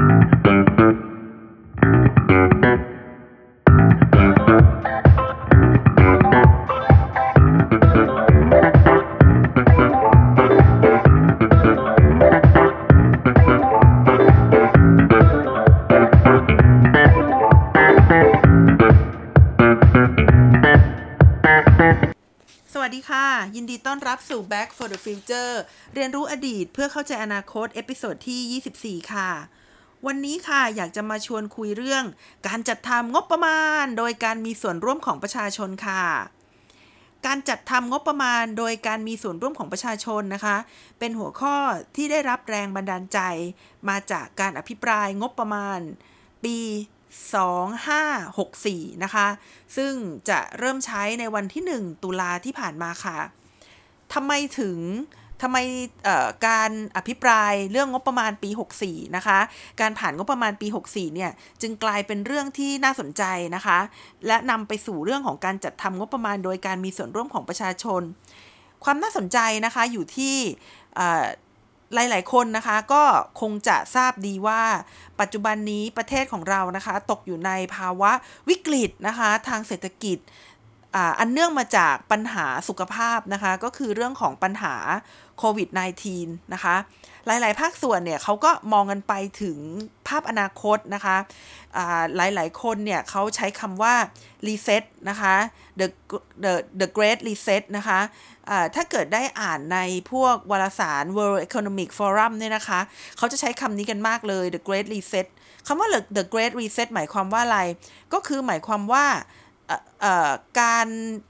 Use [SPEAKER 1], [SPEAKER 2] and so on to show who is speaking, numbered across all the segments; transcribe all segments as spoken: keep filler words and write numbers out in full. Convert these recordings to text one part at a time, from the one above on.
[SPEAKER 1] สวัสดีค่ะยินดีต้อนรับสู่ Back for the Future เรียนรู้อดีตเพื่อเข้าใจอนาคตเอพิโซดที่ยี่สิบสี่ค่ะวันนี้ค่ะอยากจะมาชวนคุยเรื่องการจัดทำงบประมาณโดยการมีส่วนร่วมของประชาชนค่ะการจัดทำงบประมาณโดยการมีส่วนร่วมของประชาชนนะคะเป็นหัวข้อที่ได้รับแรงบันดาลใจมาจากการอภิปรายงบประมาณปีสองพันห้าร้อยหกสิบสี่นะคะซึ่งจะเริ่มใช้ในวันที่หนึ่งตุลาที่ผ่านมาค่ะทำไมถึงทำไมการอภิปรายเรื่องงบประมาณปีหกสิบสี่นะคะการผ่านงบประมาณปีหกสิบสี่เนี่ยจึงกลายเป็นเรื่องที่น่าสนใจนะคะและนำไปสู่เรื่องของการจัดทำงบประมาณโดยการมีส่วนร่วมของประชาชนความน่าสนใจนะคะอยู่ที่หลายๆคนนะคะก็คงจะทราบดีว่าปัจจุบันนี้ประเทศของเรานะคะตกอยู่ในภาวะวิกฤตนะคะทางเศรษฐกิจอันเนื่องมาจากปัญหาสุขภาพนะคะก็คือเรื่องของปัญหาโควิด สิบเก้า นะคะหลายๆภาคส่วนเนี่ยเขาก็มองกันไปถึงภาพอนาคตนะคะหลายๆคนเนี่ยเขาใช้คำว่า reset นะคะ the the the great reset นะคะถ้าเกิดได้อ่านในพวกวารสาร World Economic Forum เนี่ยนะคะเขาจะใช้คำนี้กันมากเลย the great reset คำว่า the great reset หมายความว่าอะไรก็คือหมายความว่าการ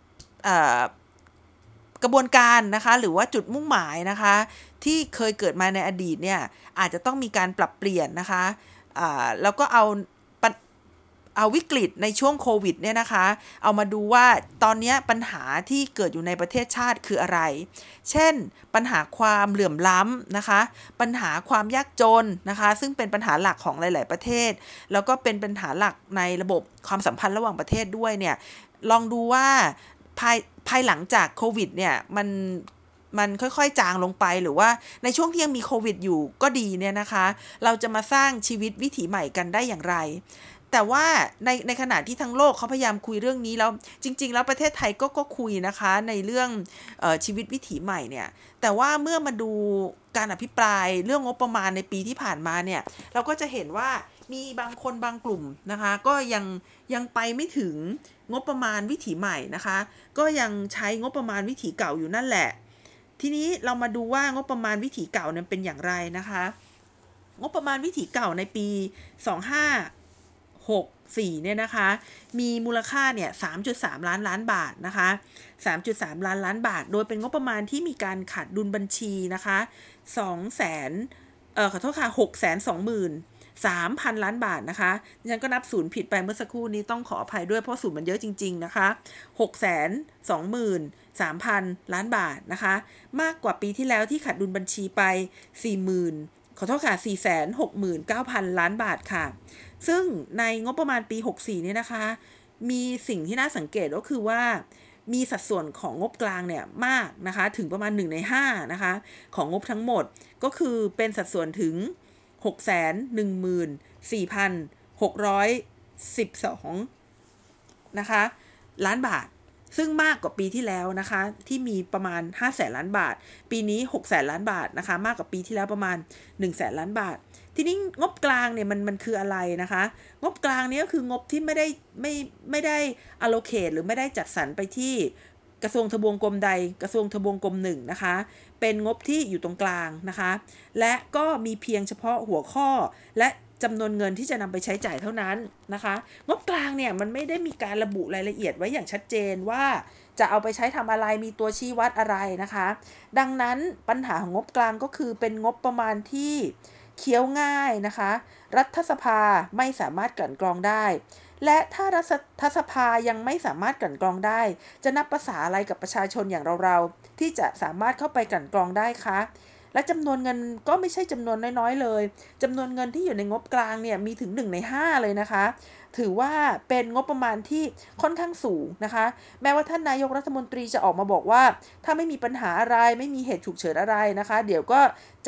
[SPEAKER 1] กระบวนการนะคะหรือว่าจุดมุ่งหมายนะคะที่เคยเกิดมาในอดีตเนี่ยอาจจะต้องมีการปรับเปลี่ยนนะคะแล้วก็เอาเอาวิกฤตในช่วงโควิดเนี่ยนะคะเอามาดูว่าตอนนี้ปัญหาที่เกิดอยู่ในประเทศชาติคืออะไรเช่นปัญหาความเหลื่อมล้ำนะคะปัญหาความยากจนนะคะซึ่งเป็นปัญหาหลักของหลายๆประเทศแล้วก็เป็นปัญหาหลักในระบบความสัมพันธ์ระหว่างประเทศด้วยเนี่ยลองดูว่าภายภายหลังจากโควิดเนี่ยมันมันค่อยๆจางลงไปหรือว่าในช่วงที่ยังมีโควิดอยู่ก็ดีเนี่ยนะคะเราจะมาสร้างชีวิตวิถีใหม่กันได้อย่างไรแต่ว่าในในขณะที่ทั้งโลกเขาพยายามคุยเรื่องนี้แล้วจริงๆแล้วประเทศไทยก็ก็คุยนะคะในเรื่องเอ่อชีวิตวิถีใหม่เนี่ยแต่ว่าเมื่อมาดูการอภิปรายเรื่องงบประมาณในปีที่ผ่านมาเนี่ยเราก็จะเห็นว่ามีบางคนบางกลุ่มนะคะก็ยังยังไปไม่ถึงงบประมาณวิถีใหม่นะคะก็ยังใช้งบประมาณวิถีเก่าอยู่นั่นแหละทีนี้เรามาดูว่างบประมาณวิถีเก่าเนี่ยเป็นอย่างไรนะคะงบประมาณวิถีเก่าในปีสองพันห้าร้อยหกสิบสี่เนี่ยนะคะมีมูลค่าเนี่ย สามจุดสาม ล้านล้านบาทนะคะ สามจุดสาม ล้านล้านบาทโดยเป็นงบประมาณที่มีการขาดดุลบัญชีนะคะสองแสนเอ่อขอโทษค่ะ หกแสนสองหมื่นสามพัน ล้านบาทนะคะดิฉันก็นับศูนย์ผิดไปเมื่อสักครู่นี้ต้องขออภัยด้วยเพราะศูนย์มันเยอะจริงๆนะคะ หกแสนสองหมื่นสามพัน ล้านบาทนะคะมากกว่าปีที่แล้วที่ขาดดุลบัญชีไป สี่หมื่น ขอโทษค่ะ สี่แสนหกหมื่นเก้าพัน ล้านบาทค่ะซึ่งในงบประมาณปีหกสิบสี่เนี่ยนะคะมีสิ่งที่น่าสังเกตก็คือว่ามีสัดส่วนของงบกลางเนี่ยมากนะคะถึงประมาณหนึ่งในห้านะคะของงบทั้งหมดก็คือเป็นสัดส่วนถึง หกแสนหนึ่งหมื่นสี่พันหกร้อยสิบสอง นะคะล้านบาทซึ่งมากกว่าปีที่แล้วนะคะที่มีประมาณห้าแสนล้านบาทปีนี้หกแสนล้านบาทนะคะมากกว่าปีที่แล้วประมาณหนึ่งแสนล้านบาททีนี้งบกลางเนี่ยมันมันคืออะไรนะคะงบกลางนี้ก็คืองบที่ไม่ได้ไม่ไม่ได้ allocate หรือไม่ได้จัดสรรไปที่กระทรวงทบวงกรมใดกระทรวงทบวงกรมหนึ่งนะคะเป็นงบที่อยู่ตรงกลางนะคะและก็มีเพียงเฉพาะหัวข้อและจำนวนเงินที่จะนำไปใช้จ่ายเท่านั้นนะคะงบกลางเนี่ยมันไม่ได้มีการระบุรายละเอียดไว้อย่างชัดเจนว่าจะเอาไปใช้ทำอะไรมีตัวชี้วัดอะไรนะคะดังนั้นปัญหาของงบกลางก็คือเป็นงบประมาณที่เคี้ยวง่ายนะคะรัฐสภาไม่สามารถกลั่นกรองได้และถ้ารัฐสภายังไม่สามารถกลั่นกรองได้จะนับภาษาอะไรกับประชาชนอย่างเราๆที่จะสามารถเข้าไปกลั่นกรองได้คะและจำนวนเงินก็ไม่ใช่จำนวนน้อยๆเลยจำนวนเงินที่อยู่ในงบกลางเนี่ยมีถึงหนึ่งในห้าเลยนะคะถือว่าเป็นงบประมาณที่ค่อนข้างสูงนะคะแม้ว่าท่านนายกรัฐมนตรีจะออกมาบอกว่าถ้าไม่มีปัญหาอะไรไม่มีเหตุฉุกเฉินอะไรนะคะเดี๋ยวก็จะ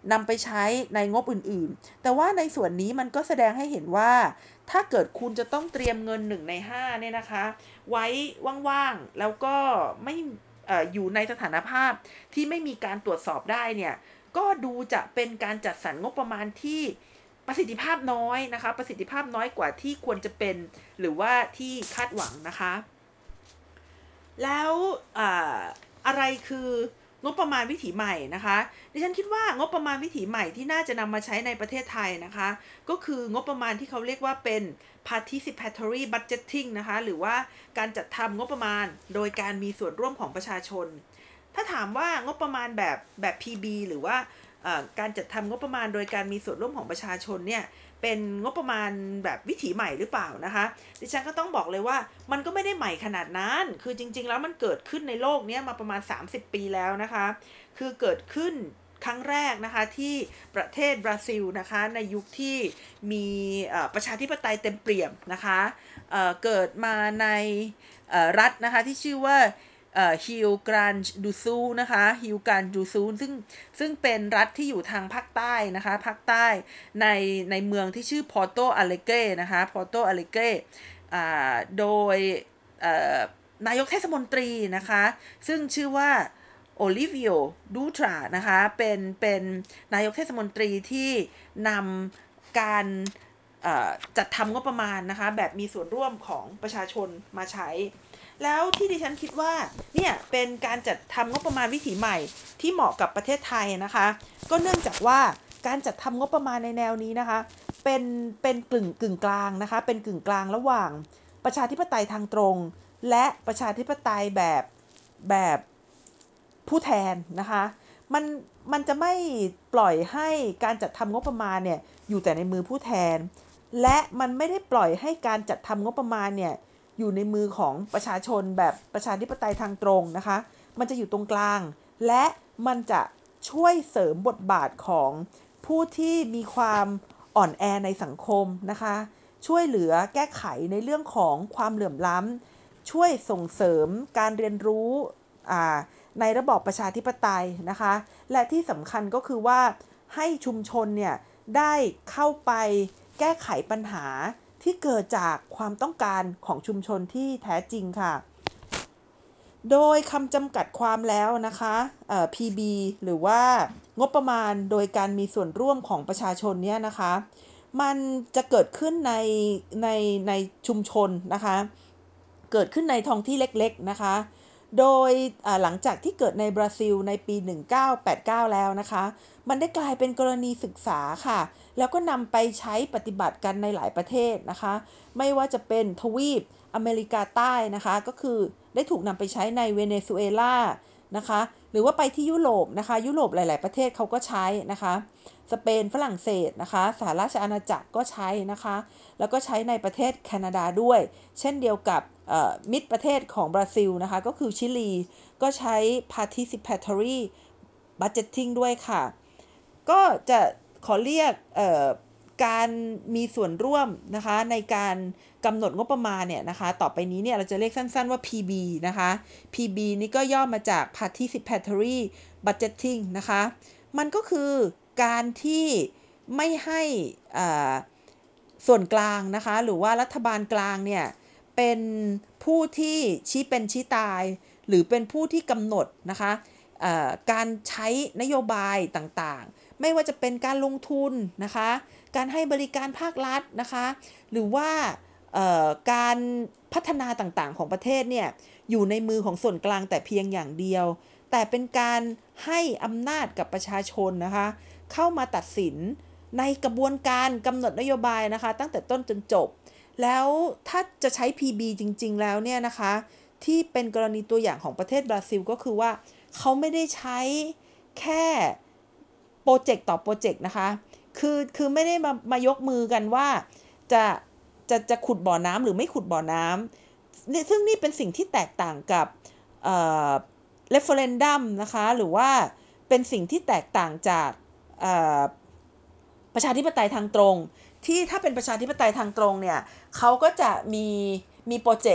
[SPEAKER 1] นำไปใช้ในงบอื่นๆแต่ว่าในส่วนนี้มันก็แสดงให้เห็นว่าถ้าเกิดคุณจะต้องเตรียมเงินหนึ่งในห้าเนี่ยนะคะไว้ว่างๆแล้วก็ไม่เอ่ออยู่ในสถานภาพที่ไม่มีการตรวจสอบได้เนี่ยก็ดูจะเป็นการจัดสรรงบประมาณที่ประสิทธิภาพน้อยนะคะประสิทธิภาพน้อยกว่าที่ควรจะเป็นหรือว่าที่คาดหวังนะคะแล้วอะไรคืองบประมาณวิถีใหม่นะคะดิฉันคิดว่างบประมาณวิถีใหม่ที่น่าจะนำมาใช้ในประเทศไทยนะคะก็คืองบประมาณที่เขาเรียกว่าเป็น participatory budgeting นะคะหรือว่าการจัดทำงบประมาณโดยการมีส่วนร่วมของประชาชนถ้าถามว่างบประมาณแบบแบบ พี บี หรือว่าการจัดทำงบประมาณโดยการมีส่วนร่วมของประชาชนเนี่ยเป็นงบประมาณแบบวิถีใหม่หรือเปล่านะคะดิฉันก็ต้องบอกเลยว่ามันก็ไม่ได้ใหม่ขนาดนั้นคือจริงๆแล้วมันเกิดขึ้นในโลกนี้มาประมาณสามสิบปีแล้วนะคะคือเกิดขึ้นครั้งแรกนะคะที่ประเทศบราซิลนะคะในยุคที่มีประชาธิปไตยเต็มเปี่ยมนะคะเเกิดมาในรัฐนะคะที่ชื่อว่าฮิลกรันดูซูนะคะฮิลกรันดูซูซึ่งซึ่งเป็นรัฐที่อยู่ทางภาคใต้นะคะภาคใต้ในในเมืองที่ชื่อพอร์โตอาเลเกรนะคะพอร์โตอาเลเกรโดยนายกเทศมนตรีนะคะซึ่งชื่อว่าโอลิเวียดูตรานะคะเป็นเป็นนายกเทศมนตรีที่นำการจัดทำงบประมาณนะคะแบบมีส่วนร่วมของประชาชนมาใช้แล้วที่ดิฉันคิดว่าเนี่ยเป็นการจัดทำงบประมาณวิถีใหม่ที่เหมาะกับประเทศไทยนะคะก็เนื่องจากว่าการจัดทำงบประมาณในแนวนี้นะคะเป็นเป็นกึ่งกึ่งกลางนะคะเป็นกึ่งกลางระหว่างประชาธิปไตยทางตรงและประชาธิปไตยแบบแบบผู้แทนนะคะมันมันจะไม่ปล่อยให้การจัดทำงบประมาณเนี่ยอยู่แต่ในมือผู้แทนและมันไม่ได้ปล่อยให้การจัดทำงบประมาณเนี่ยอยู่ในมือของประชาชนแบบประชาธิปไตยทางตรงนะคะมันจะอยู่ตรงกลางและมันจะช่วยเสริมบทบาทของผู้ที่มีความอ่อนแอในสังคมนะคะช่วยเหลือแก้ไขในเรื่องของความเหลื่อมล้ำช่วยส่งเสริมการเรียนรู้ในระบอบประชาธิปไตยนะคะและที่สำคัญก็คือว่าให้ชุมชนเนี่ยได้เข้าไปแก้ไขปัญหาที่เกิดจากความต้องการของชุมชนที่แท้จริงค่ะโดยคำจำกัดความแล้วนะคะเอ่อ พี บี หรือว่างบประมาณโดยการมีส่วนร่วมของประชาชนเนี่ยนะคะมันจะเกิดขึ้นในในในชุมชนนะคะเกิดขึ้นในท้องที่เล็กๆนะคะโดยหลังจากที่เกิดในบราซิลในปีหนึ่งเก้าแปดเก้าแล้วนะคะมันได้กลายเป็นกรณีศึกษาค่ะแล้วก็นำไปใช้ปฏิบัติกันในหลายประเทศนะคะไม่ว่าจะเป็นทวีปอเมริกาใต้นะคะก็คือได้ถูกนำไปใช้ในเวเนซุเอลานะคะหรือว่าไปที่ยุโรปนะคะยุโรปหลายๆประเทศเขาก็ใช้นะคะสเปนฝรั่งเศสนะคะสหราชอาณาจักรก็ใช้นะคะแล้วก็ใช้ในประเทศแคนาดาด้วยเช่นเดียวกับมิตรประเทศของบราซิลนะคะก็คือชิลีก็ใช้ participatory budgeting ด้วยค่ะก็จะขอเรียกการมีส่วนร่วมนะคะในการกำหนดงบประมาณเนี่ยนะคะต่อไปนี้เนี่ยเราจะเรียกสั้นๆว่า พี บี นะคะ พี บี นี่ก็ย่อมาจาก participatory budgeting นะคะมันก็คือการที่ไม่ให้ส่วนกลางนะคะหรือว่ารัฐบาลกลางเนี่ยเป็นผู้ที่ชี้เป็นชี้ตายหรือเป็นผู้ที่กำหนดนะคะการใช้นโยบายต่างๆไม่ว่าจะเป็นการลงทุนนะคะการให้บริการภาครัฐนะคะหรือว่าการพัฒนาต่างๆของประเทศเนี่ยอยู่ในมือของส่วนกลางแต่เพียงอย่างเดียวแต่เป็นการให้อำนาจกับประชาชนนะคะเข้ามาตัดสินในกระบวนการกำหนดนโยบายนะคะตั้งแต่ต้นจนจบแล้วถ้าจะใช้ พี บี จริงๆแล้วเนี่ยนะคะที่เป็นกรณีตัวอย่างของประเทศบราซิลก็คือว่าเขาไม่ได้ใช้แค่โปรเจกต์ต่อโปรเจกต์นะคะคือคือไม่ได้มามายกมือกันว่าจะจะจะขุดบ่อน้ำหรือไม่ขุดบ่อน้ำซึ่งนี่เป็นสิ่งที่แตกต่างกับเอ่อ referendum นะคะหรือว่าเป็นสิ่งที่แตกต่างจากเอ่อประชาธิปไตยทางตรงที่ถ้าเป็นประชาธิปไตยทางตรงเนี่ยเขาก็จะมีมีโปรเจกต์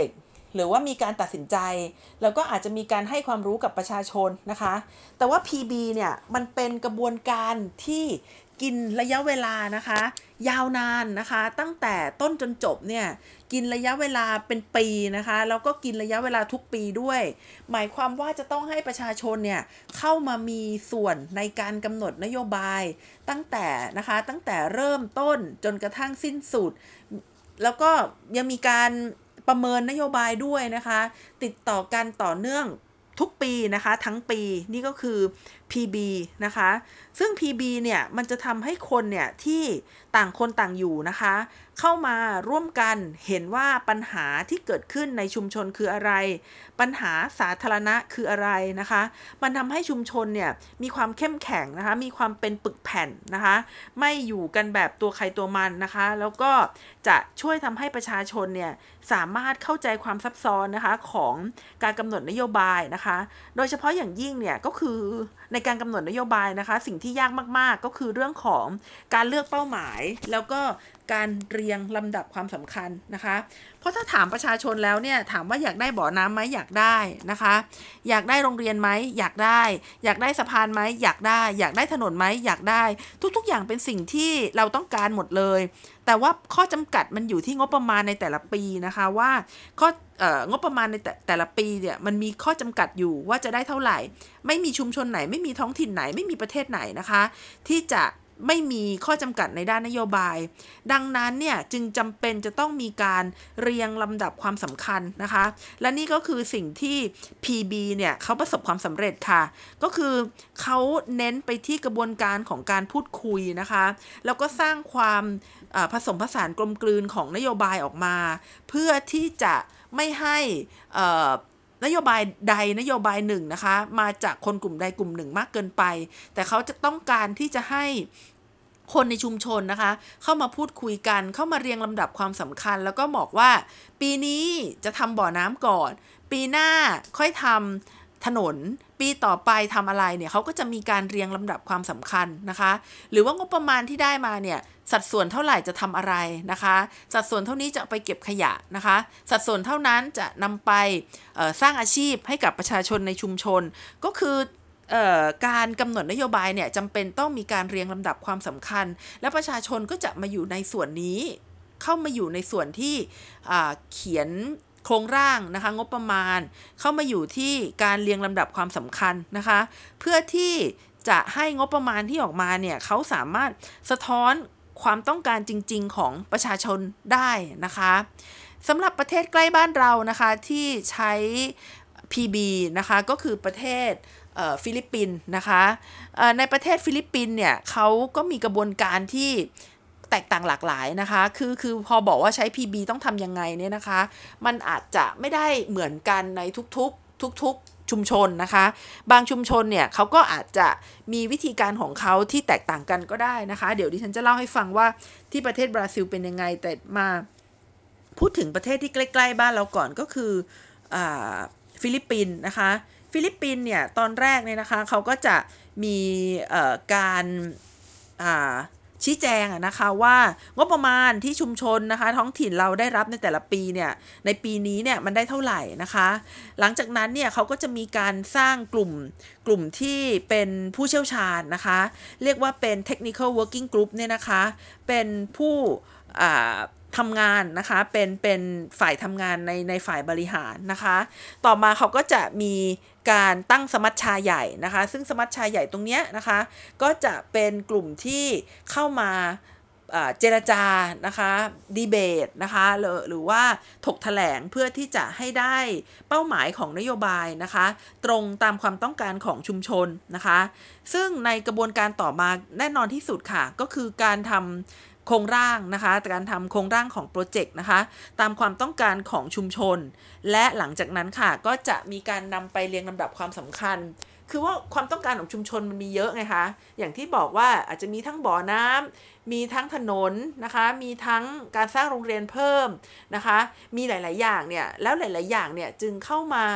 [SPEAKER 1] หรือว่ามีการตัดสินใจแล้วก็อาจจะมีการให้ความรู้กับประชาชนนะคะแต่ว่า พี บี เนี่ยมันเป็นกระบวนการที่กินระยะเวลานะคะยาวนานนะคะตั้งแต่ต้นจนจบเนี่ยกินระยะเวลาเป็นปีนะคะแล้วก็กินระยะเวลาทุกปีด้วยหมายความว่าจะต้องให้ประชาชนเนี่ยเข้ามามีส่วนในการกำหนดนโยบายตั้งแต่นะคะตั้งแต่เริ่มต้นจนกระทั่งสิ้นสุดแล้วก็ยังมีการประเมินนโยบายด้วยนะคะติดต่อกันต่อเนื่องทุกปีนะคะทั้งปีนี่ก็คือ พี บี นะคะซึ่ง พี บี เนี่ยมันจะทำให้คนเนี่ยที่ต่างคนต่างอยู่นะคะเข้ามาร่วมกันเห็นว่าปัญหาที่เกิดขึ้นในชุมชนคืออะไรปัญหาสาธารณะคืออะไรนะคะมันทำให้ชุมชนเนี่ยมีความเข้มแข็งนะคะมีความเป็นปึกแผ่นนะคะไม่อยู่กันแบบตัวใครตัวมันนะคะแล้วก็จะช่วยทำให้ประชาชนเนี่ยสามารถเข้าใจความซับซ้อนนะคะของการกำหนดนโยบายนะคะโดยเฉพาะอย่างยิ่งเนี่ยก็คือในการกำหนดนโยบายนะคะสิ่งที่ยากมากๆก็คือเรื่องของการเลือกเป้าหมายแล้วก็การเรียงลำดับความสำคัญนะคะเพราะถ้าถามประชาชนแล้วเนี่ยถามว่าอยากได้บ่อน้ำไหมอยากได้นะคะอยากได้โรงเรียนไหมอยากได้อยากได้สะพานไหมอยากได้อยากได้ถนนไหมอยากได้ทุกๆอย่างเป็นสิ่งที่เราต้องการหมดเลยแต่ว่าข้อจำกัดมันอยู่ที่งบประมาณในแต่ละปีนะคะว่าข้องบประมาณในแต่แต่ละปีเนี่ยมันมีข้อจำกัดอยู่ว่าจะได้เท่าไหร่ไม่มีชุมชนไหนไม่มีท้องถิ่นไหนไม่มีประเทศไหนนะคะที่จะไม่มีข้อจำกัดในด้านนโยบายดังนั้นเนี่ยจึงจำเป็นจะต้องมีการเรียงลำดับความสำคัญนะคะและนี่ก็คือสิ่งที่ พี บี เนี่ยเขาประสบความสำเร็จค่ะก็คือเขาเน้นไปที่กระบวนการของการพูดคุยนะคะแล้วก็สร้างความผสมผสานกลมกลืนของนโยบายออกมาเพื่อที่จะไม่ให้นโยบายใดนโยบายหนึ่งนะคะมาจากคนกลุ่มใดกลุ่มหนึ่งมากเกินไปแต่เขาจะต้องการที่จะให้คนในชุมชนนะคะเข้ามาพูดคุยกันเข้ามาเรียงลำดับความสำคัญแล้วก็บอกว่าปีนี้จะทำบ่อน้ำก่อนปีหน้าค่อยทำถนนปีต่อไปทำอะไรเนี่ยเขาก็จะมีการเรียงลำดับความสำคัญนะคะหรือว่างบประมาณที่ได้มาเนี่ยสัดส่วนเท่าไหร่จะทำอะไรนะคะสัดส่วนเท่านี้จะไปเก็บขยะนะคะสัดส่วนเท่านั้นจะนำไปสร้างอาชีพให้กับประชาชนในชุมชนก็คือการกำหนดนโยบายเนี่ยจำเป็นต้องมีการเรียงลำดับความสำคัญและประชาชนก็จะมาอยู่ในส่วนนี้เข้ามาอยู่ในส่วนที่เขียนโครงร่างนะคะงบประมาณเข้ามาอยู่ที่การเรียงลำดับความสำคัญนะคะเพื่อที่จะให้งบประมาณที่ออกมาเนี่ยเขาสามารถสะท้อนความต้องการจริงๆของประชาชนได้นะคะสำหรับประเทศใกล้บ้านเรานะคะที่ใช้ พี บี นะคะก็คือประเทศฟิลิปปินส์นะคะในประเทศฟิลิปปินส์เนี่ยเขาก็มีกระบวนการที่แตกต่างหลากหลายนะคะคือคือพอบอกว่าใช้ พี บี ต้องทำยังไงเนี่ยนะคะมันอาจจะไม่ได้เหมือนกันในทุกๆทุกๆชุมชนนะคะบางชุมชนเนี่ยเขาก็อาจจะมีวิธีการของเขาที่แตกต่างกันก็ได้นะคะเดี๋ยวดิฉันจะเล่าให้ฟังว่าที่ประเทศบราซิลเป็นยังไงแต่มาพูดถึงประเทศที่ใกล้ๆบ้านเราก่อนก็คืออ่าฟิลิปปินส์นะคะฟิลิปปินส์เนี่ยตอนแรกเนี่ยนะคะเขาก็จะมีการชี้แจงนะคะว่างบประมาณที่ชุมชนนะคะท้องถิ่นเราได้รับในแต่ละปีเนี่ยในปีนี้เนี่ยมันได้เท่าไหร่นะคะหลังจากนั้นเนี่ยเขาก็จะมีการสร้างกลุ่มกลุ่มที่เป็นผู้เชี่ยวชาญนะคะเรียกว่าเป็น technical working group เนี่ยนะคะเป็นผู้ทำงานนะคะเป็นเป็นฝ่ายทำงานในในฝ่ายบริหารนะคะต่อมาเขาก็จะมีการตั้งสมัชชาใหญ่นะคะซึ่งสมัชชาใหญ่ตรงเนี้ยนะคะก็จะเป็นกลุ่มที่เข้ามาเจรจานะคะดีเบตนะคะหรือหรือว่าถกแถลงเพื่อที่จะให้ได้เป้าหมายของนโยบายนะคะตรงตามความต้องการของชุมชนนะคะซึ่งในกระบวนการต่อมาแน่นอนที่สุดค่ะก็คือการทำโครงร่างนะคะการทำโครงร่างของโปรเจกต์นะคะตามความต้องการของชุมชนและหลังจากนั้นค่ะก็จะมีการนำไปเรียงลำดับความสำคัญคือว่าความต้องการของชุมชนมันมีเยอะไงคะอย่างที่บอกว่าอาจจะมีทั้งบ่อน้ำมีทั้งถนนนะคะมีทั้งการสร้างโรงเรียนเพิ่มนะคะมีหลายๆอย่างเนี่ยแล้วหลายๆอย่างเนี่ยจึงเข้ามา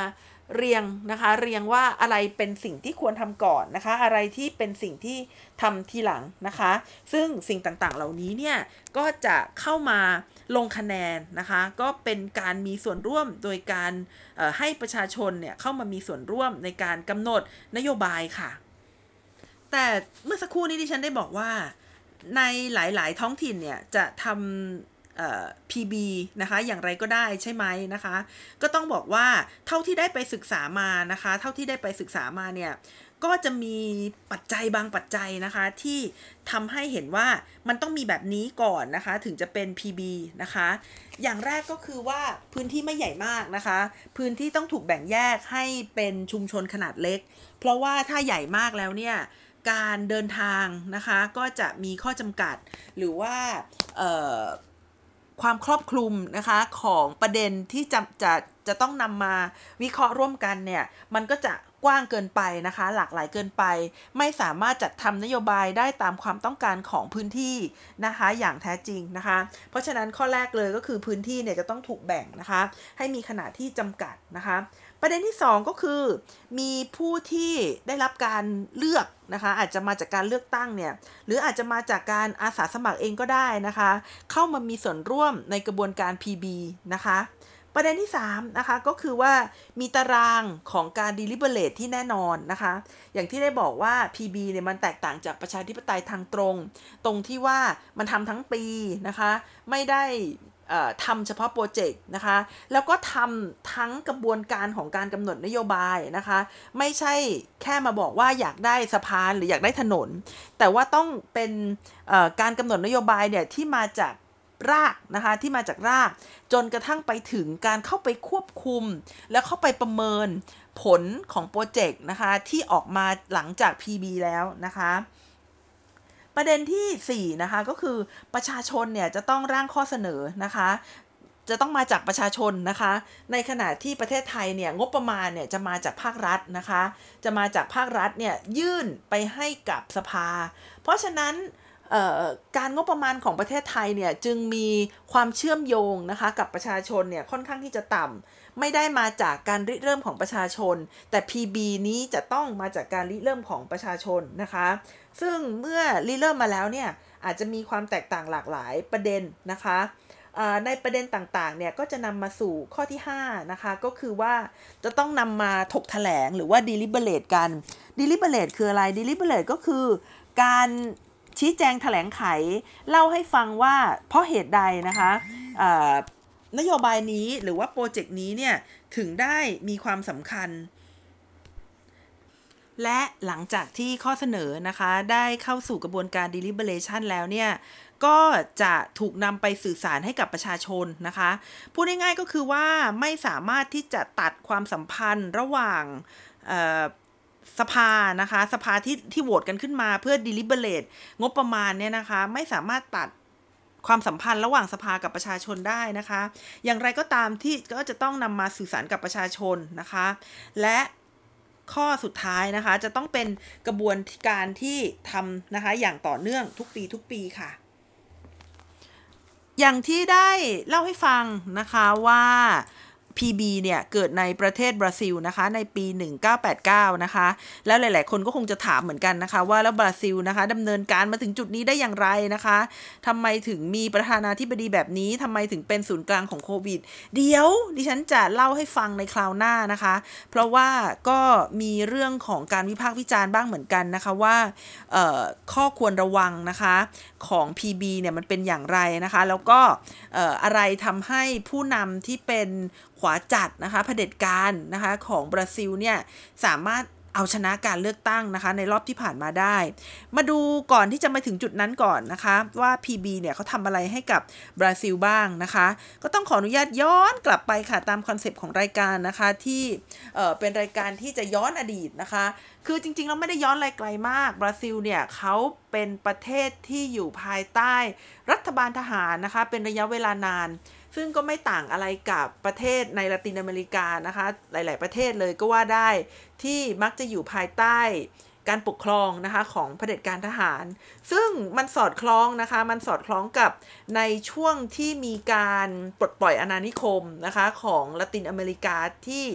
[SPEAKER 1] เรียงนะคะเรียงว่าอะไรเป็นสิ่งที่ควรทำก่อนนะคะอะไรที่เป็นสิ่งที่ทำทีหลังนะคะซึ่งสิ่งต่างๆเหล่านี้เนี่ยก็จะเข้ามาลงคะแนนนะคะก็เป็นการมีส่วนร่วมโดยการให้ประชาชนเนี่ยเข้ามามีส่วนร่วมในการกำหนดนโยบายค่ะแต่เมื่อสักครู่นี้ดิฉันได้บอกว่าในหลายๆท้องถิ่นเนี่ยจะทำ พี บี นะคะอย่างไรก็ได้ใช่ไหมนะคะก็ต้องบอกว่าเท่าที่ได้ไปศึกษามานะคะเท่าที่ได้ไปศึกษามาเนี่ยก็จะมีปัจจัยบางปัจจัยนะคะที่ทำให้เห็นว่ามันต้องมีแบบนี้ก่อนนะคะถึงจะเป็น พี บี นะคะอย่างแรกก็คือว่าพื้นที่ไม่ใหญ่มากนะคะพื้นที่ต้องถูกแบ่งแยกให้เป็นชุมชนขนาดเล็กเพราะว่าถ้าใหญ่มากแล้วเนี่ยการเดินทางนะคะก็จะมีข้อจำกัดหรือว่าความครอบคลุมนะคะของประเด็นที่จะจะจะต้องนำมาวิเคราะห์ร่วมกันเนี่ยมันก็จะกว้างเกินไปนะคะหลากหลายเกินไปไม่สามารถจัดทำนโยบายได้ตามความต้องการของพื้นที่นะคะอย่างแท้จริงนะคะเพราะฉะนั้นข้อแรกเลยก็คือพื้นที่เนี่ยจะต้องถูกแบ่งนะคะให้มีขนาดที่จำกัดนะคะประเด็นที่สองก็คือมีผู้ที่ได้รับการเลือกนะคะอาจจะมาจากการเลือกตั้งเนี่ยหรืออาจจะมาจากการอาสาสมัครเองก็ได้นะคะเข้ามามีส่วนร่วมในกระบวนการ พี บี นะคะประเด็นที่สามนะคะก็คือว่ามีตารางของการ deliberate ที่แน่นอนนะคะอย่างที่ได้บอกว่า พี บี เนี่ยมันแตกต่างจากประชาธิปไตยทางตรงตรงที่ว่ามันทำทั้งปีนะคะไม่ได้ทำเฉพาะโปรเจกต์นะคะแล้วก็ทำทั้งกระบวนการของการกำหนดนโยบายนะคะไม่ใช่แค่มาบอกว่าอยากได้สะพานหรืออยากได้ถนนแต่ว่าต้องเป็นการกำหนดนโยบายเนี่ยที่มาจากรากนะคะที่มาจากรากจนกระทั่งไปถึงการเข้าไปควบคุมแล้วเข้าไปประเมินผลของโปรเจกต์นะคะที่ออกมาหลังจาก พี บี แล้วนะคะประเด็นที่สี่นะคะก็คือประชาชนเนี่ยจะต้องร่างข้อเสนอนะคะจะต้องมาจากประชาชนนะคะในขณะที่ประเทศไทยเนี่ยงบประมาณเนี่ยจะมาจากภาครัฐนะคะจะมาจากภาครัฐเนี่ยยื่นไปให้กับสภาเพราะฉะนั้นการงบประมาณของประเทศไทยเนี่ยจึงมีความเชื่อมโยงนะคะกับประชาชนเนี่ยค่อนข้างที่จะต่ำไม่ได้มาจากการริเริ่มของประชาชนแต่ พี บี นี้จะต้องมาจากการริเริ่มของประชาชนนะคะซึ่งเมื่อริเริ่มมาแล้วเนี่ยอาจจะมีความแตกต่างหลากหลายประเด็นนะคะในประเด็นต่างๆเนี่ยก็จะนำมาสู่ข้อที่ห้านะคะก็คือว่าจะต้องนำมาถกแถลงหรือว่า deliberate กัน deliberate คืออะไร deliberate ก็คือการชี้แจงแถลงไขเล่าให้ฟังว่าเพราะเหตุใดนะคะนโยบายนี้หรือว่าโปรเจกต์นี้เนี่ยถึงได้มีความสำคัญและหลังจากที่ข้อเสนอนะคะได้เข้าสู่กระบวนการ deliberation แล้วเนี่ยก็จะถูกนำไปสื่อสารให้กับประชาชนนะคะพูดง่ายๆก็คือว่าไม่สามารถที่จะตัดความสัมพันธ์ระหว่างสภานะคะสภาที่ที่โหวตกันขึ้นมาเพื่อ deliberate งบประมาณเนี่ยนะคะไม่สามารถตัดความสัมพันธ์ระหว่างสภากับประชาชนได้นะคะอย่างไรก็ตามที่ก็จะต้องนำมาสื่อสารกับประชาชนนะคะและข้อสุดท้ายนะคะจะต้องเป็นกระบวนการที่ทำนะคะอย่างต่อเนื่องทุกปีทุกปีค่ะอย่างที่ได้เล่าให้ฟังนะคะว่า พี บี เนี่ยเกิดในประเทศบราซิลนะคะในปีหนึ่งพันเก้าร้อยแปดสิบเก้านะคะแล้วหลายๆคนก็คงจะถามเหมือนกันนะคะว่าแล้วบราซิลนะคะดำเนินการมาถึงจุดนี้ได้อย่างไรนะคะทำไมถึงมีประธานาธิบดีแบบนี้ทำไมถึงเป็นศูนย์กลางของโควิดเดี๋ยวดิฉันจะเล่าให้ฟังในคราวหน้านะคะเพราะว่าก็มีเรื่องของการวิพากษ์วิจารณ์บ้างเหมือนกันนะคะว่าข้อควรระวังนะคะของ พี บี เนี่ยมันเป็นอย่างไรนะคะแล้วก็อะไรทำให้ผู้นำที่เป็นขวาจัดนะคะเผด็จการนะคะของบราซิลเนี่ยสามารถเอาชนะการเลือกตั้งนะคะในรอบที่ผ่านมาได้มาดูก่อนที่จะมาถึงจุดนั้นก่อนนะคะว่า พี บี เนี่ยเขาทำอะไรให้กับบราซิลบ้างนะคะก็ต้องขออนุญาตย้อนกลับไปค่ะตามคอนเซปต์ของรายการนะคะที่เอ่อเป็นรายการที่จะย้อนอดีตนะคะคือจริงๆเราไม่ได้ย้อนอะไรไกลมากบราซิลเนี่ยเขาเป็นประเทศที่อยู่ภายใต้รัฐบาลทหารนะคะเป็นระยะเวลานานซึ่งก็ไม่ต่างอะไรกับประเทศในละตินอเมริกานะคะหลายๆประเทศเลยก็ว่าได้ที่มักจะอยู่ภายใต้การปกครองนะคะของเผด็จการทหารซึ่งมันสอดคล้องนะคะมันสอดคล้องกับในช่วงที่มีการปลดปล่อยอาณานิคมนะคะของละตินอเมริกาที่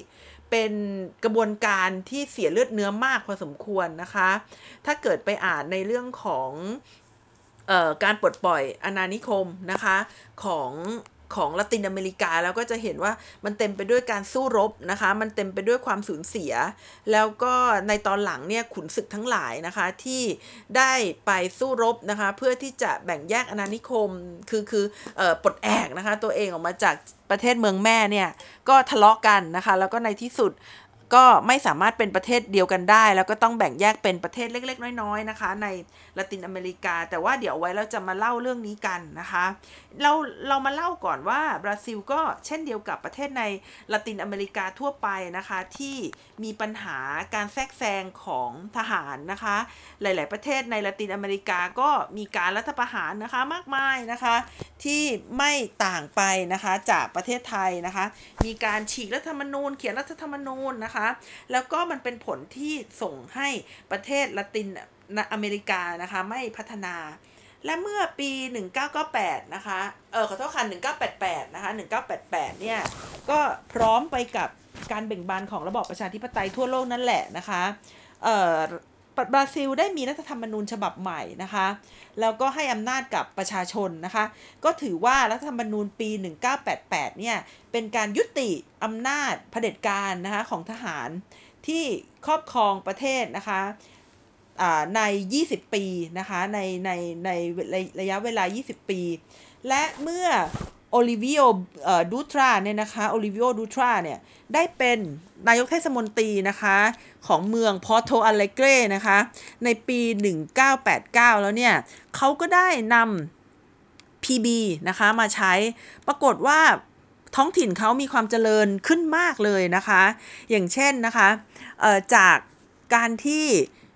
[SPEAKER 1] เป็นกระบวนการที่เสียเลือดเนื้อมากพอสมควรนะคะถ้าเกิดไปอ่านในเรื่องของเอ่อการปลดปล่อยอาณานิคมนะคะของของละตินอเมริกาแล้วก็จะเห็นว่ามันเต็มไปด้วยการสู้รบนะคะมันเต็มไปด้วยความสูญเสียแล้วก็ในตอนหลังเนี่ยขุนศึกทั้งหลายนะคะที่ได้ไปสู้รบนะคะเพื่อที่จะแบ่งแยกอาณานิคมคือคือเอ่อปลดแอกนะคะตัวเองออกมาจากประเทศเมืองแม่เนี่ยก็ทะเลาะกันนะคะแล้วก็ในที่สุดก็ไม่สามารถเป็นประเทศเดียวกันได้แล้วก็ต้องแบ่งแยกเป็นประเทศเล็กๆน้อยๆนะคะในละตินอเมริกาแต่ว่าเดี๋ยวไว้เราจะมาเล่าเรื่องนี้กันนะคะเราเรามาเล่าก่อนว่าบราซิลก็เช่นเดียวกับประเทศในละตินอเมริกาทั่วไปนะคะที่มีปัญหาการแทรกแซงของทหารนะคะหลายๆประเทศในละตินอเมริกาก็มีการรัฐประหารนะคะมากมายนะคะที่ไม่ต่างไปนะคะจากประเทศไทยนะคะมีการฉีกรัฐธรรมนูญเขียนรัฐธรรมนูญนะคะแล้วก็มันเป็นผลที่ส่งให้ประเทศละตินอเมริกานะคะไม่พัฒนาและเมื่อปีหนึ่งพันเก้าร้อยเก้าสิบแปดนะคะเออขอโทษค่ะหนึ่งพันเก้าร้อยแปดสิบแปดนะคะหนึ่งพันเก้าร้อยแปดสิบแปดเนี่ยก็พร้อมไปกับการเบ่งบานของระบอบประชาธิปไตยทั่วโลกนั่นแหละนะคะเอ่อบราซิลได้มีรัฐธรรมนูญฉบับใหม่นะคะแล้วก็ให้อำนาจกับประชาชนนะคะก็ถือว่ารัฐธรรมนูญปีหนึ่งพันเก้าร้อยแปดสิบแปดเนี่ยเป็นการยุติอำนาจเผด็จการนะคะของทหารที่ครอบครองประเทศนะคะในยี่สิบปีนะคะในในในระยะเวลายี่สิบปีและเมื่อโอลิวิโอดูตราเนี่ยนะคะโอลิวิโอดูตราเนี่ยได้เป็นนายกเทศมนตรีนะคะของเมืองพอร์โตอาเลเกรนะคะในปีหนึ่งพันเก้าร้อยแปดสิบเก้าแล้วเนี่ยเขาก็ได้นำ พี บี นะคะมาใช้ปรากฏว่าท้องถิ่นเขามีความเจริญขึ้นมากเลยนะคะอย่างเช่นนะคะจากการที่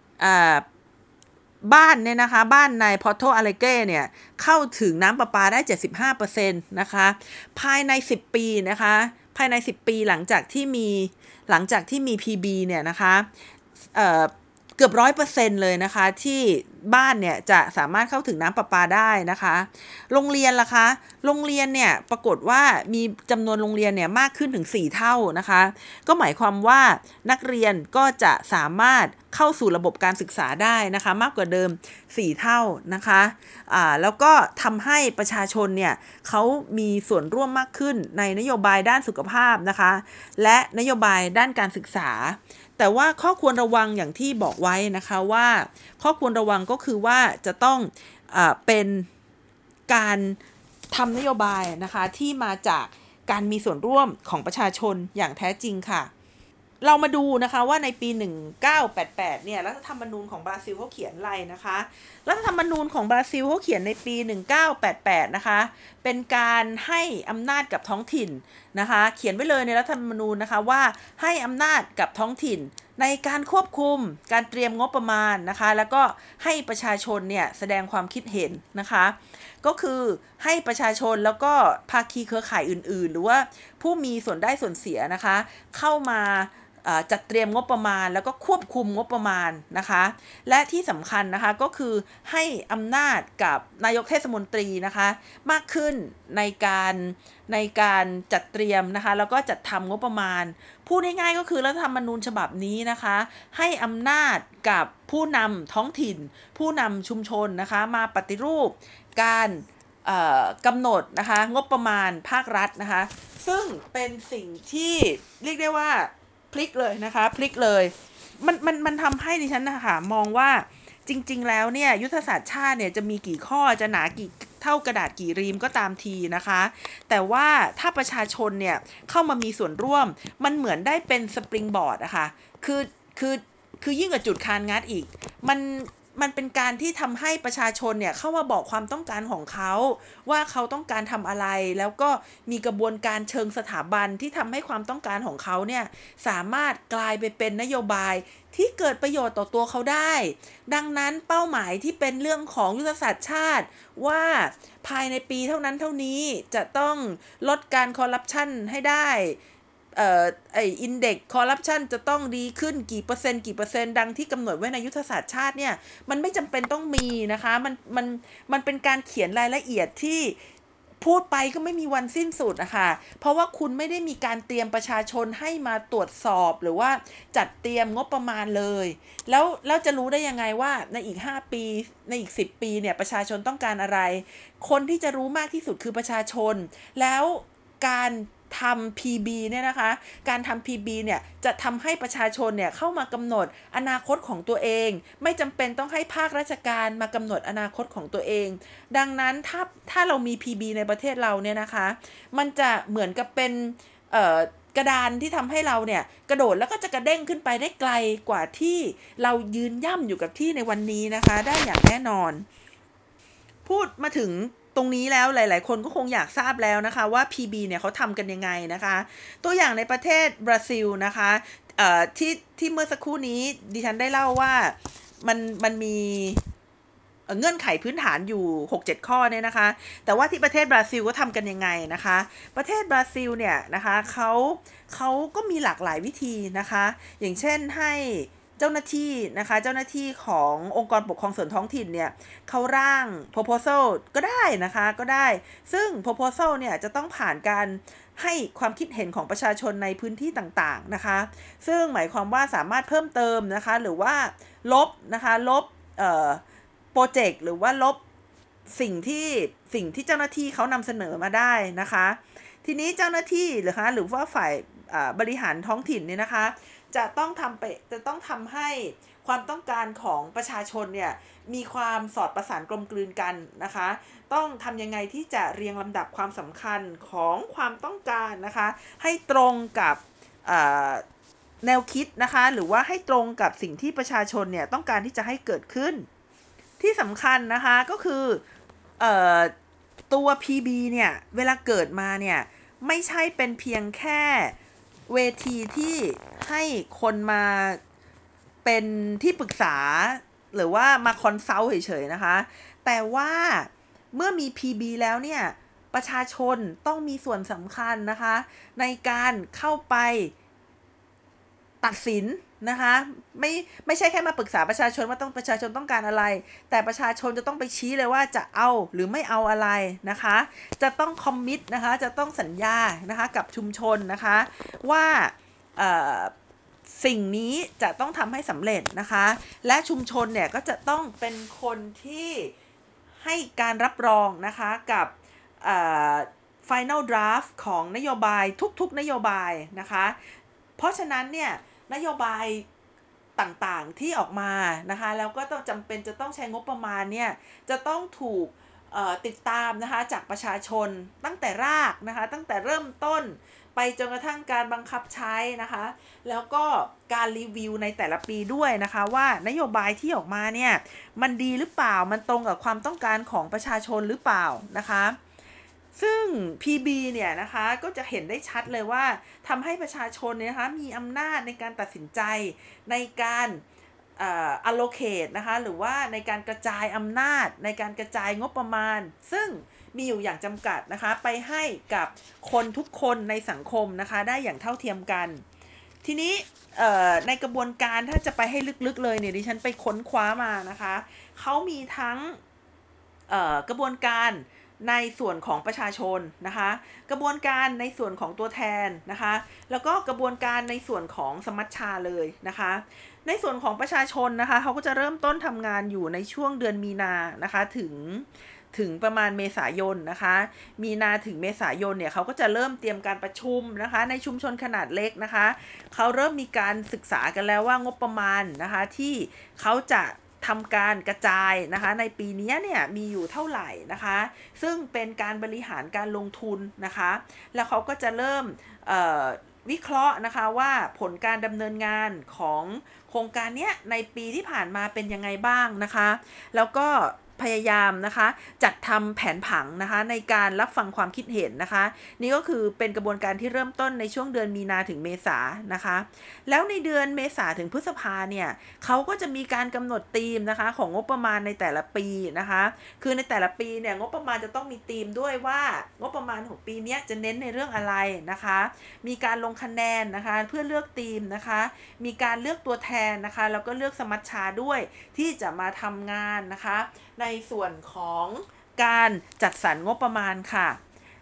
[SPEAKER 1] บ้านเนี่ยนะคะบ้านในพอร์โตอาเลเกรเนี่ยเข้าถึงน้ำประปาได้ เจ็ดสิบห้าเปอร์เซ็นต์ นะคะภายในสิบปีนะคะภายในสิบปีหลังจากที่มีหลังจากที่มี พี บี เนี่ยนะคะเอ่อเกือบ ร้อยเปอร์เซ็นต์ เลยนะคะที่บ้านเนี่ยจะสามารถเข้าถึงน้ำประปาได้นะคะโรงเรียนล่ะคะโรงเรียนเนี่ยปรากฏว่ามีจำนวนโรงเรียนเนี่ยมากขึ้นถึงสี่เท่านะคะก็หมายความว่านักเรียนก็จะสามารถเข้าสู่ระบบการศึกษาได้นะคะมากกว่าเดิมสี่เท่านะคะอ่าแล้วก็ทำให้ประชาชนเนี่ยเขามีส่วนร่วมมากขึ้นในนโยบายด้านสุขภาพนะคะและนโยบายด้านการศึกษาแต่ว่าข้อควรระวังอย่างที่บอกไว้นะคะว่าข้อควรระวังก็คือว่าจะต้องเอ่อเป็นการทำนโยบายนะคะที่มาจากการมีส่วนร่วมของประชาชนอย่างแท้จริงค่ะเรามาดูนะคะว่าในปีหนึ่งพันเก้าร้อยแปดสิบแปดเนี่ยรัฐธรรมนูญของบราซิลเขาเขียนอะไรนะคะรัฐธรรมนูญของบราซิลเขาเขียนในปีหนึ่งพันเก้าร้อยแปดสิบแปดนะคะเป็นการให้อำนาจกับท้องถิ่นนะคะเขียนไว้เลยในรัฐธรรมนูญนะคะว่าให้อำนาจกับท้องถิ่นในการควบคุมการเตรียมงบประมาณนะคะแล้วก็ให้ประชาชนเนี่ยแสดงความคิดเห็นนะคะก็คือให้ประชาชนแล้วก็ภาคีเครือข่ายอื่นๆหรือว่าผู้มีส่วนได้ส่วนเสียนะคะเข้ามาจัดเตรียมงบประมาณแล้วก็ควบคุมงบประมาณนะคะและที่สำคัญนะคะก็คือให้อำนาจกับนายกเทศมนตรีนะคะมากขึ้นในการในการจัดเตรียมนะคะแล้วก็จัดทำงบประมาณพูดง่ายๆก็คือรัฐธรรมนูญฉบับนี้นะคะให้อำนาจกับผู้นำท้องถิ่นผู้นำชุมชนนะคะมาปฏิรูปการกำหนดนะคะงบประมาณภาครัฐนะคะซึ่งเป็นสิ่งที่เรียกได้ว่าพลิกเลยนะคะพลิกเลยมันมันมันทำให้ดิฉันนะคะมองว่าจริงๆแล้วเนี่ยยุทธศาสตร์ชาติเนี่ยจะมีกี่ข้อจะหนากี่เท่ากระดาษกี่รีมก็ตามทีนะคะแต่ว่าถ้าประชาชนเนี่ยเข้ามามีส่วนร่วมมันเหมือนได้เป็นสปริงบอร์ดอะคะคือคือคือยิ่งกว่าจุดคานงัดอีกมันมันเป็นการที่ทำให้ประชาชนเนี่ยเข้ามาบอกความต้องการของเขาว่าเขาต้องการทำอะไรแล้วก็มีกระบวนการเชิงสถาบันที่ทำให้ความต้องการของเขาเนี่ยสามารถกลายไปเป็นนโยบายที่เกิดประโยชน์ต่อตัวเขาได้ดังนั้นเป้าหมายที่เป็นเรื่องของยุทธศาสตร์ชาติว่าภายในปีเท่านั้นเท่านี้จะต้องลดการคอร์รัปชันให้ได้เอ่อไอ้อินเด็กซ์คอร์รัปชันจะต้องดีขึ้นกี่เปอร์เซ็นต์กี่เปอร์เซ็นต์ดังที่กำหนดไว้ในยุทธศาสตร์ชาติเนี่ยมันไม่จำเป็นต้องมีนะคะมันมันมันเป็นการเขียนรายละเอียดที่พูดไปก็ไม่มีวันสิ้นสุดอะค่ะเพราะว่าคุณไม่ได้มีการเตรียมประชาชนให้มาตรวจสอบหรือว่าจัดเตรียมงบประมาณเลยแล้วแล้วจะรู้ได้ยังไงว่าในอีกห้าปีในอีกสิบปีเนี่ยประชาชนต้องการอะไรคนที่จะรู้มากที่สุดคือประชาชนแล้วการทำ พี บี เนี่ยนะคะการทำ พี บี เนี่ยจะทำให้ประชาชนเนี่ยเข้ามากำหนดอนาคตของตัวเองไม่จำเป็นต้องให้ภาคราชการมากำหนดอนาคตของตัวเองดังนั้นถ้าถ้าเรามี พี บี ในประเทศเราเนี่ยนะคะมันจะเหมือนกับเป็นเอ่อกระดานที่ทำให้เราเนี่ยกระโดดแล้วก็จะกระเด้งขึ้นไปได้ไกลกว่าที่เรายืนย่ำอยู่กับที่ในวันนี้นะคะได้อย่างแน่นอนพูดมาถึงตรงนี้แล้วหลายๆคนก็คงอยากทราบแล้วนะคะว่า พี บี เนี่ยเขาทำกันยังไงนะคะตัวอย่างในประเทศบราซิลนะคะเอ่อที่ที่เมื่อสักครู่นี้ดิฉันได้เล่าว่ามันมันมีเงื่อนไขพื้นฐานอยู่ หกเจ็ด ข้อเนี่ยนะคะแต่ว่าที่ประเทศบราซิลก็ทำกันยังไงนะคะประเทศบราซิลเนี่ยนะคะเขาเขาก็มีหลากหลายวิธีนะคะอย่างเช่นให้เจ้าหน้าที่นะคะเจ้าหน้าที่ขององค์กรปกครองส่วนท้องถิ่นเนี่ยเขาร่าง proposal ก็ได้นะคะก็ได้ซึ่ง proposal เนี่ยจะต้องผ่านการให้ความคิดเห็นของประชาชนในพื้นที่ต่างๆนะคะซึ่งหมายความว่าสามารถเพิ่มเติมนะคะหรือว่าลบนะคะลบเอ่อโปรเจกต์หรือว่าลบสิ่งที่สิ่งที่เจ้าหน้าที่เขานำเสนอมาได้นะคะทีนี้เจ้าหน้าที่หรือคะหรือว่าฝ่ายบริหารท้องถิ่นเนี่ยนะคะจะต้องทำไปจะต้องทำให้ความต้องการของประชาชนเนี่ยมีความสอดประสานกลมกลืนกันนะคะต้องทำยังไงที่จะเรียงลำดับความสำคัญของความต้องการนะคะให้ตรงกับแนวคิดนะคะหรือว่าให้ตรงกับสิ่งที่ประชาชนเนี่ยต้องการที่จะให้เกิดขึ้นที่สำคัญนะคะก็คือเอ่อตัว พี บี เนี่ยเวลาเกิดมาเนี่ยไม่ใช่เป็นเพียงแค่เวทีที่ให้คนมาเป็นที่ปรึกษาหรือว่ามาคอนซัลท์เฉยๆนะคะแต่ว่าเมื่อมี พี บี แล้วเนี่ยประชาชนต้องมีส่วนสำคัญนะคะในการเข้าไปตัดสินนะคะไม่ไม่ใช่แค่มาปรึกษาประชาชนว่าต้องประชาชนต้องการอะไรแต่ประชาชนจะต้องไปชี้เลยว่าจะเอาหรือไม่เอาอะไรนะคะจะต้องคอมมิตนะคะจะต้องสัญญานะคะกับชุมชนนะคะว่าสิ่งนี้จะต้องทำให้สำเร็จนะคะและชุมชนเนี่ยก็จะต้องเป็นคนที่ให้การรับรองนะคะกับFinal Draft ของนโยบายทุกๆนโยบายนะคะเพราะฉะนั้นเนี่ยนโยบายต่างๆที่ออกมานะคะแล้วก็ต้องจำเป็นจะต้องใช้งบประมาณเนี่ยจะต้องถูกติดตามนะคะจากประชาชนตั้งแต่รากนะคะตั้งแต่เริ่มต้นไปจนกระทั่งการบังคับใช้นะคะแล้วก็การรีวิวในแต่ละปีด้วยนะคะว่านโยบายที่ออกมาเนี่ยมันดีหรือเปล่ามันตรงกับความต้องการของประชาชนหรือเปล่านะคะซึ่ง พี บี เนี่ยนะคะก็จะเห็นได้ชัดเลยว่าทำให้ประชาชนเนี่ยนะคะมีอำนาจในการตัดสินใจในการเอ่อ allocate นะคะหรือว่าในการกระจายอำนาจในการกระจายงบประมาณซึ่งมีอยู่อย่างจำกัดนะคะไปให้กับคนทุกคนในสังคมนะคะได้อย่างเท่าเทียมกันทีนี้ในกระบวนการถ้าจะไปให้ลึกๆเลยเนี่ยดิฉันไปค้นคว้ามานะคะเขามีทั้งกระบวนการในส่วนของประชาชนนะคะกระบวนการในส่วนของตัวแทนนะคะแล้วก็กระบวนการในส่วนของสมัชชาเลยนะคะในส่วนของประชาชนนะคะเขาก็จะเริ่มต้นทำงานอยู่ในช่วงเดือนมีนานะคะถึงถึงประมาณเมษายนนะคะมีนาถึงเมษายนเนี่ยเขาก็จะเริ่มเตรียมการประชุมนะคะในชุมชนขนาดเล็กนะคะเขาเริ่มมีการศึกษากันแล้วว่างบประมาณนะคะที่เขาจะทำการกระจายนะคะในปีนี้เนี่ยมีอยู่เท่าไหร่นะคะซึ่งเป็นการบริหารการลงทุนนะคะแล้วเขาก็จะเริ่มเอ่อวิเคราะห์นะคะว่าผลการดำเนินงานของโครงการนี้ในปีที่ผ่านมาเป็นยังไงบ้างนะคะแล้วก็พยายามนะคะจัดทำแผนผังนะคะในการรับฟังความคิดเห็นนะคะนี่ก็คือเป็นกระบวนการที่เริ่มต้นในช่วงเดือนมีนาถึงเมษานะคะแล้วในเดือนเมษาถึงพฤษภาเนี่ยเขาก็จะมีการกำหนดธีมนะคะของงบประมาณในแต่ละปีนะคะคือในแต่ละปีเนี่ยงบประมาณจะต้องมีธีมด้วยว่างบประมาณของปีนี้จะเน้นในเรื่องอะไรนะคะมีการลงคะแนนนะคะเพื่อเลือกธีมนะคะมีการเลือกตัวแทนนะคะแล้วก็เลือกสมัชชาด้วยที่จะมาทำงานนะคะในส่วนของการจัดสรรงบประมาณค่ะ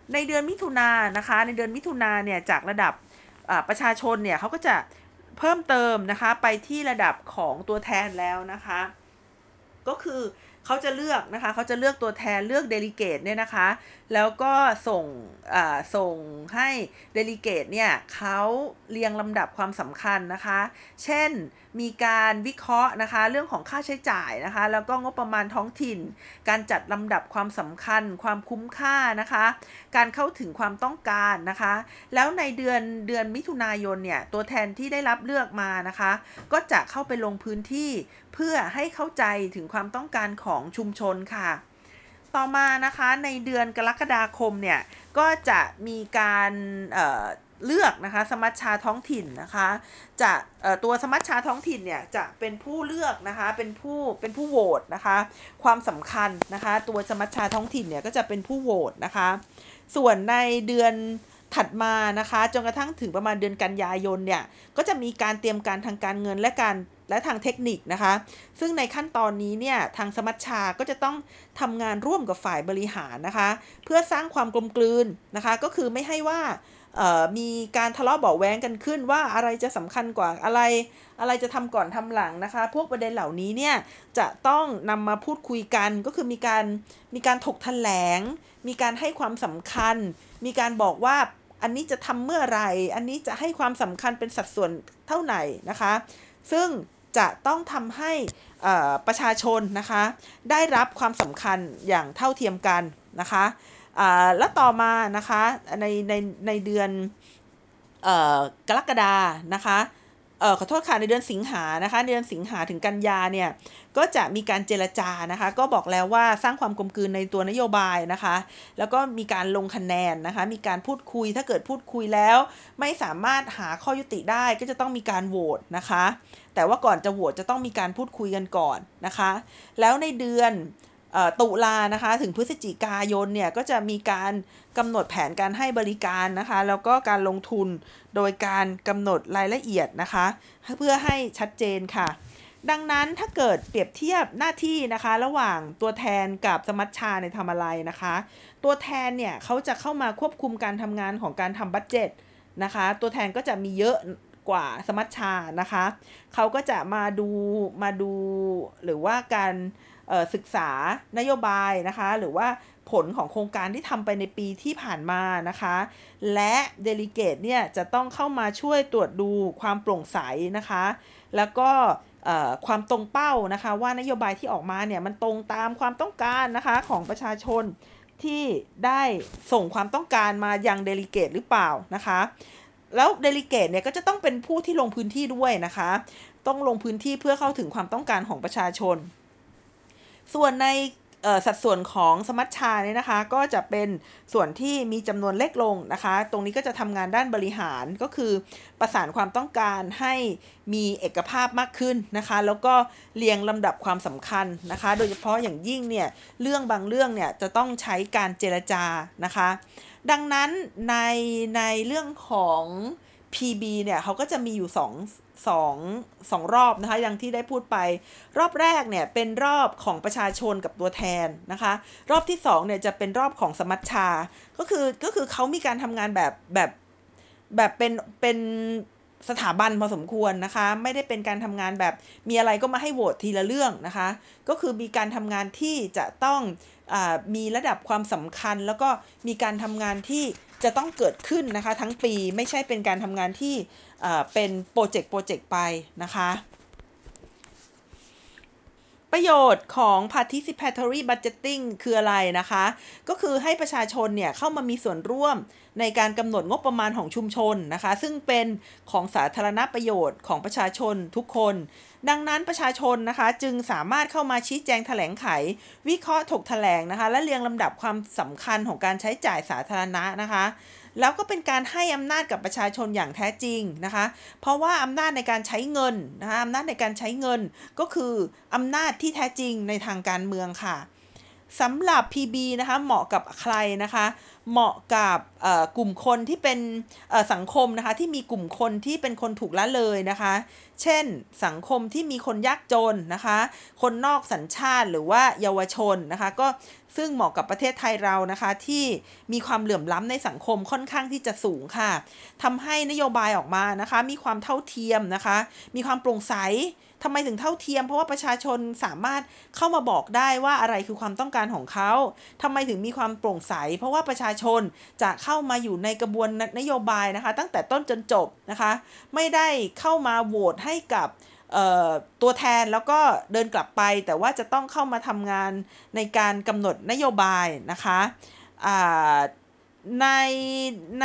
[SPEAKER 1] ในเดือนมิถุนายนนะคะในเดือนมิถุนายนเนี่ยจากระดับประชาชนเนี่ยเขาก็จะเพิ่มเติมนะคะไปที่ระดับของตัวแทนแล้วนะคะก็คือเขาจะเลือกนะคะเขาจะเลือกตัวแทนเลือกเดลิเกตเนี่ยนะคะแล้วก็ส่งส่งให้เดลิเกตเนี่ยเขาเรียงลำดับความสำคัญนะคะเช่นมีการวิเคราะห์นะคะเรื่องของค่าใช้จ่ายนะคะแล้วก็งบประมาณท้องถิ่นการจัดลำดับความสำคัญความคุ้มค่านะคะการเข้าถึงความต้องการนะคะแล้วในเดือนเดือนมิถุนายนเนี่ยตัวแทนที่ได้รับเลือกมานะคะก็จะเข้าไปลงพื้นที่เพื่อให้เข้าใจถึงความต้องการของชุมชนค่ะต่อมานะคะในเดือนกรกฎาคมเนี่ยก็จะมีการเอ่อเลือกนะคะสมัชชาท้องถิ่นนะคะจะตัวสมัชชาท้องถิ่นเนี่ยจะเป็นผู้เลือกนะคะเป็นผู้เป็นผู้โหวตนะคะความสำคัญนะคะตัวสมัชชาท้องถิ่นเนี่ยก็จะเป็นผู้โหวตนะคะส่วนในเดือนถัดมานะคะจนกระทั่งถึงประมาณเดือนกันยายนเนี่ยก็จะมีการเตรียมการทางการเงินและการและทางเทคนิคนะคะซึ่งในขั้นตอนนี้เนี่ยทางสมัชชาก็จะต้องทำงานร่วมกับฝ่ายบริหารนะคะเพื่อสร้างความกลมกลืนนะคะก็คือไม่ให้ว่ามีการทะเลาะเบาะแว้งกันขึ้นว่าอะไรจะสำคัญกว่าอะไรอะไรจะทำก่อนทำหลังนะคะพวกประเด็นเหล่านี้เนี่ยจะต้องนำมาพูดคุยกันก็คือมีการมีการถกแถลงมีการให้ความสำคัญมีการบอกว่าอันนี้จะทำเมื่อไหร่อันนี้จะให้ความสำคัญเป็นสัดส่วนเท่าไหร่นะคะซึ่งจะต้องทำให้ประชาชนนะคะได้รับความสำคัญอย่างเท่าเทียมกันนะคะและต่อมานะคะในในในเดือนกรกฎานะคะเอ่อขอโทษค่ะในเดือนสิงหานะคะเดือนสิงหาถึงกันยาเนี่ยก็จะมีการเจรจานะคะก็บอกแล้วว่าสร้างความกลมกลืนในตัวนโยบายนะคะแล้วก็มีการลงคะแนนนะคะมีการพูดคุยถ้าเกิดพูดคุยแล้วไม่สามารถหาข้อยุติได้ก็จะต้องมีการโหวตนะคะแต่ว่าก่อนจะโหวตจะต้องมีการพูดคุยกันก่อนนะคะแล้วในเดือนตุลานะคะถึงพฤศจิกายนเนี่ยก็จะมีการกำหนดแผนการให้บริการนะคะแล้วก็การลงทุนโดยการกำหนดรายละเอียดนะคะเพื่อให้ชัดเจนค่ะดังนั้นถ้าเกิดเปรียบเทียบหน้าที่นะคะระหว่างตัวแทนกับสมัชชาในทำอะไรนะคะตัวแทนเนี่ยเขาจะเข้ามาควบคุมการทำงานของการทำบัดเจ็ตนะคะตัวแทนก็จะมีเยอะกว่าสมัชชานะคะเขาก็จะมาดูมาดูหรือว่าการศึกษานโยบายนะคะหรือว่าผลของโครงการที่ทำไปในปีที่ผ่านมานะคะและเดลิเกตเนี่ยจะต้องเข้ามาช่วยตรวจดูความโปร่งใสนะคะแล้วก็ความตรงเป้านะคะว่านโยบายที่ออกมาเนี่ยมันตรงตามความต้องการนะคะของประชาชนที่ได้ส่งความต้องการมายังเดลิเกตหรือเปล่านะคะแล้วเดลิเกตเนี่ยก็จะต้องเป็นผู้ที่ลงพื้นที่ด้วยนะคะต้องลงพื้นที่เพื่อเข้าถึงความต้องการของประชาชนส่วนในสัดส่วนของสมัชชาเนี่ยนะคะก็จะเป็นส่วนที่มีจำนวนเล็กลงนะคะตรงนี้ก็จะทำงานด้านบริหารก็คือประสานความต้องการให้มีเอกภาพมากขึ้นนะคะแล้วก็เรียงลำดับความสำคัญนะคะโดยเฉพาะอย่างยิ่งเนี่ยเรื่องบางเรื่องเนี่ยจะต้องใช้การเจรจานะคะดังนั้นในในเรื่องของ พี บี เนี่ยเขาก็จะมีอยู่2 2 2รอบนะคะอย่างที่ได้พูดไปรอบแรกเนี่ยเป็นรอบของประชาชนกับตัวแทนนะคะรอบที่สองเนี่ยจะเป็นรอบของสมัชชาก็คือก็คือเขามีการทำงานแบบแบบแบบเป็นเป็นสถาบันพอสมควรนะคะไม่ได้เป็นการทำงานแบบมีอะไรก็มาให้โหวตทีละเรื่องนะคะก็คือมีการทำงานที่จะต้องอ่ามีระดับความสำคัญแล้วก็มีการทำงานที่จะต้องเกิดขึ้นนะคะทั้งปีไม่ใช่เป็นการทำงานที่เป็นโปรเจกต์โปรเจกต์ไปนะคะประโยชน์ของ participatory budgeting คืออะไรนะคะก็คือให้ประชาชนเนี่ยเข้ามามีส่วนร่วมในการกำหนดงบประมาณของชุมชนนะคะซึ่งเป็นของสาธารณประโยชน์ของประชาชนทุกคนดังนั้นประชาชนนะคะจึงสามารถเข้ามาชี้แจงแถลงไขวิเคราะห์ถกแถลงนะคะและเรียงลำดับความสำคัญของการใช้จ่ายสาธารณะนะคะแล้วก็เป็นการให้อำนาจกับประชาชนอย่างแท้จริงนะคะเพราะว่าอำนาจในการใช้เงินนะคะอำนาจในการใช้เงินก็คืออำนาจที่แท้จริงในทางการเมืองค่ะสำหรับ พี บี นะคะเหมาะกับใครนะคะเหมาะกับกลุ่มคนที่เป็นสังคมนะคะที่มีกลุ่มคนที่เป็นคนถูกละเลยนะคะเช่นสังคมที่มีคนยากจนนะคะคนนอกสัญชาติหรือว่าเยาวชนนะคะก็ซึ่งเหมาะกับประเทศไทยเรานะคะที่มีความเหลื่อมล้ำในสังคมค่อนข้างที่จะสูงค่ะทำให้นโยบายออกมานะคะมีความเท่าเทียมนะคะมีความโปร่งใสทำไมถึงเท่าเทียมเพราะว่าประชาชนสามารถเข้ามาบอกได้ว่าอะไรคือความต้องการของเขาทำไมถึงมีความโปร่งใสเพราะว่าประชาชนจะเข้ามาอยู่ในกระบวนนโยบายนะคะตั้งแต่ต้นจนจบนะคะไม่ได้เข้ามาโหวตให้กับตัวแทนแล้วก็เดินกลับไปแต่ว่าจะต้องเข้ามาทำงานในการกำหนดนโยบายนะคะในใน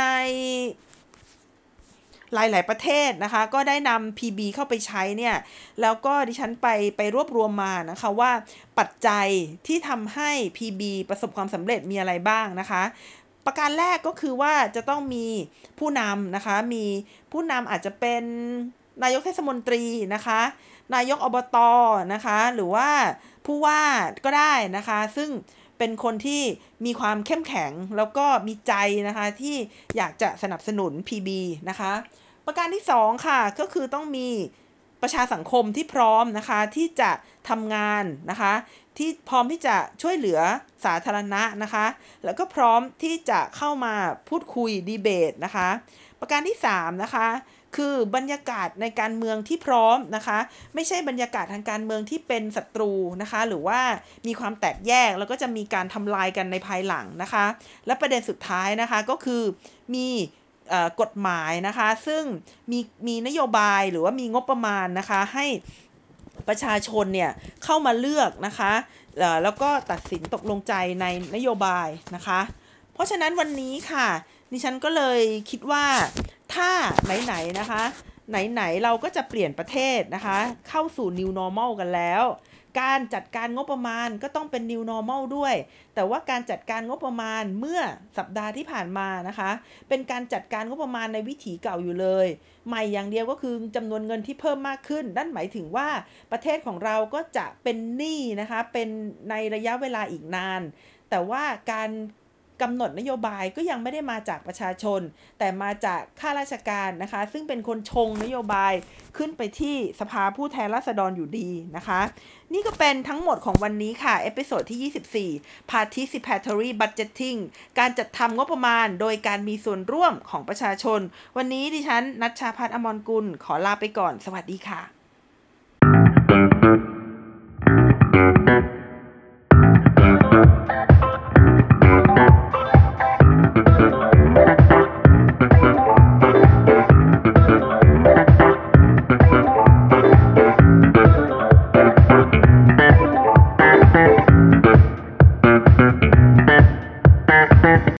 [SPEAKER 1] หลายๆประเทศนะคะก็ได้นำ พี บี เข้าไปใช้เนี่ยแล้วก็ดิฉันไปไปรวบรวมมานะคะว่าปัจจัยที่ทำให้ พี บี ประสบความสำเร็จมีอะไรบ้างนะคะประการแรกก็คือว่าจะต้องมีผู้นำนะคะมีผู้นำอาจจะเป็นนายกเทศมนตรีนะคะนายกอบต.นะคะหรือว่าผู้ว่าก็ได้นะคะซึ่งเป็นคนที่มีความเข้มแข็งแล้วก็มีใจนะคะที่อยากจะสนับสนุน พี บี นะคะประการที่สองค่ะก็คือต้องมีประชาสังคมที่พร้อมนะคะที่จะทำงานนะคะที่พร้อมที่จะช่วยเหลือสาธารณะนะคะแล้วก็พร้อมที่จะเข้ามาพูดคุยดีเบตนะคะประการที่สามนะคะคือบรรยากาศในการเมืองที่พร้อมนะคะไม่ใช่บรรยากาศทางการเมืองที่เป็นศัตรูนะคะหรือว่ามีความแตกแยกแล้วก็จะมีการทำลายกันในภายหลังนะคะและประเด็นสุดท้ายนะคะก็คือมีกฎหมายนะคะซึ่งมีมีนโยบายหรือว่ามีงบประมาณนะคะให้ประชาชนเนี่ยเข้ามาเลือกนะคะแล้วก็ตัดสินตกลงใจในนโยบายนะคะเพราะฉะนั้นวันนี้ค่ะดิฉันก็เลยคิดว่าถ้าไหนๆนะคะไหนๆเราก็จะเปลี่ยนประเทศนะคะเข้าสู่ New Normal กันแล้วการจัดการงบประมาณก็ต้องเป็น New Normal ด้วยแต่ว่าการจัดการงบประมาณเมื่อสัปดาห์ที่ผ่านมานะคะเป็นการจัดการงบประมาณในวิถีเก่าอยู่เลยใหม่อย่างเดียวก็คือจำนวนเงินที่เพิ่มมากขึ้นนั่นหมายถึงว่าประเทศของเราก็จะเป็นหนี้นะคะเป็นในระยะเวลาอีกนานแต่ว่าการกำหนดนโยบายก็ยังไม่ได้มาจากประชาชนแต่มาจากข้าราชการนะคะซึ่งเป็นคนชงนโยบายขึ้นไปที่สภาผู้แทนราษฎรอยู่ดีนะคะนี่ก็เป็นทั้งหมดของวันนี้ค่ะเอพิโซดที่ยี่สิบสี่ Participatory Budgeting การจัดทำงบประมาณโดยการมีส่วนร่วมของประชาชนวันนี้ดิฉันณัชชาภัทร อมรกุลขอลาไปก่อนสวัสดีค่ะ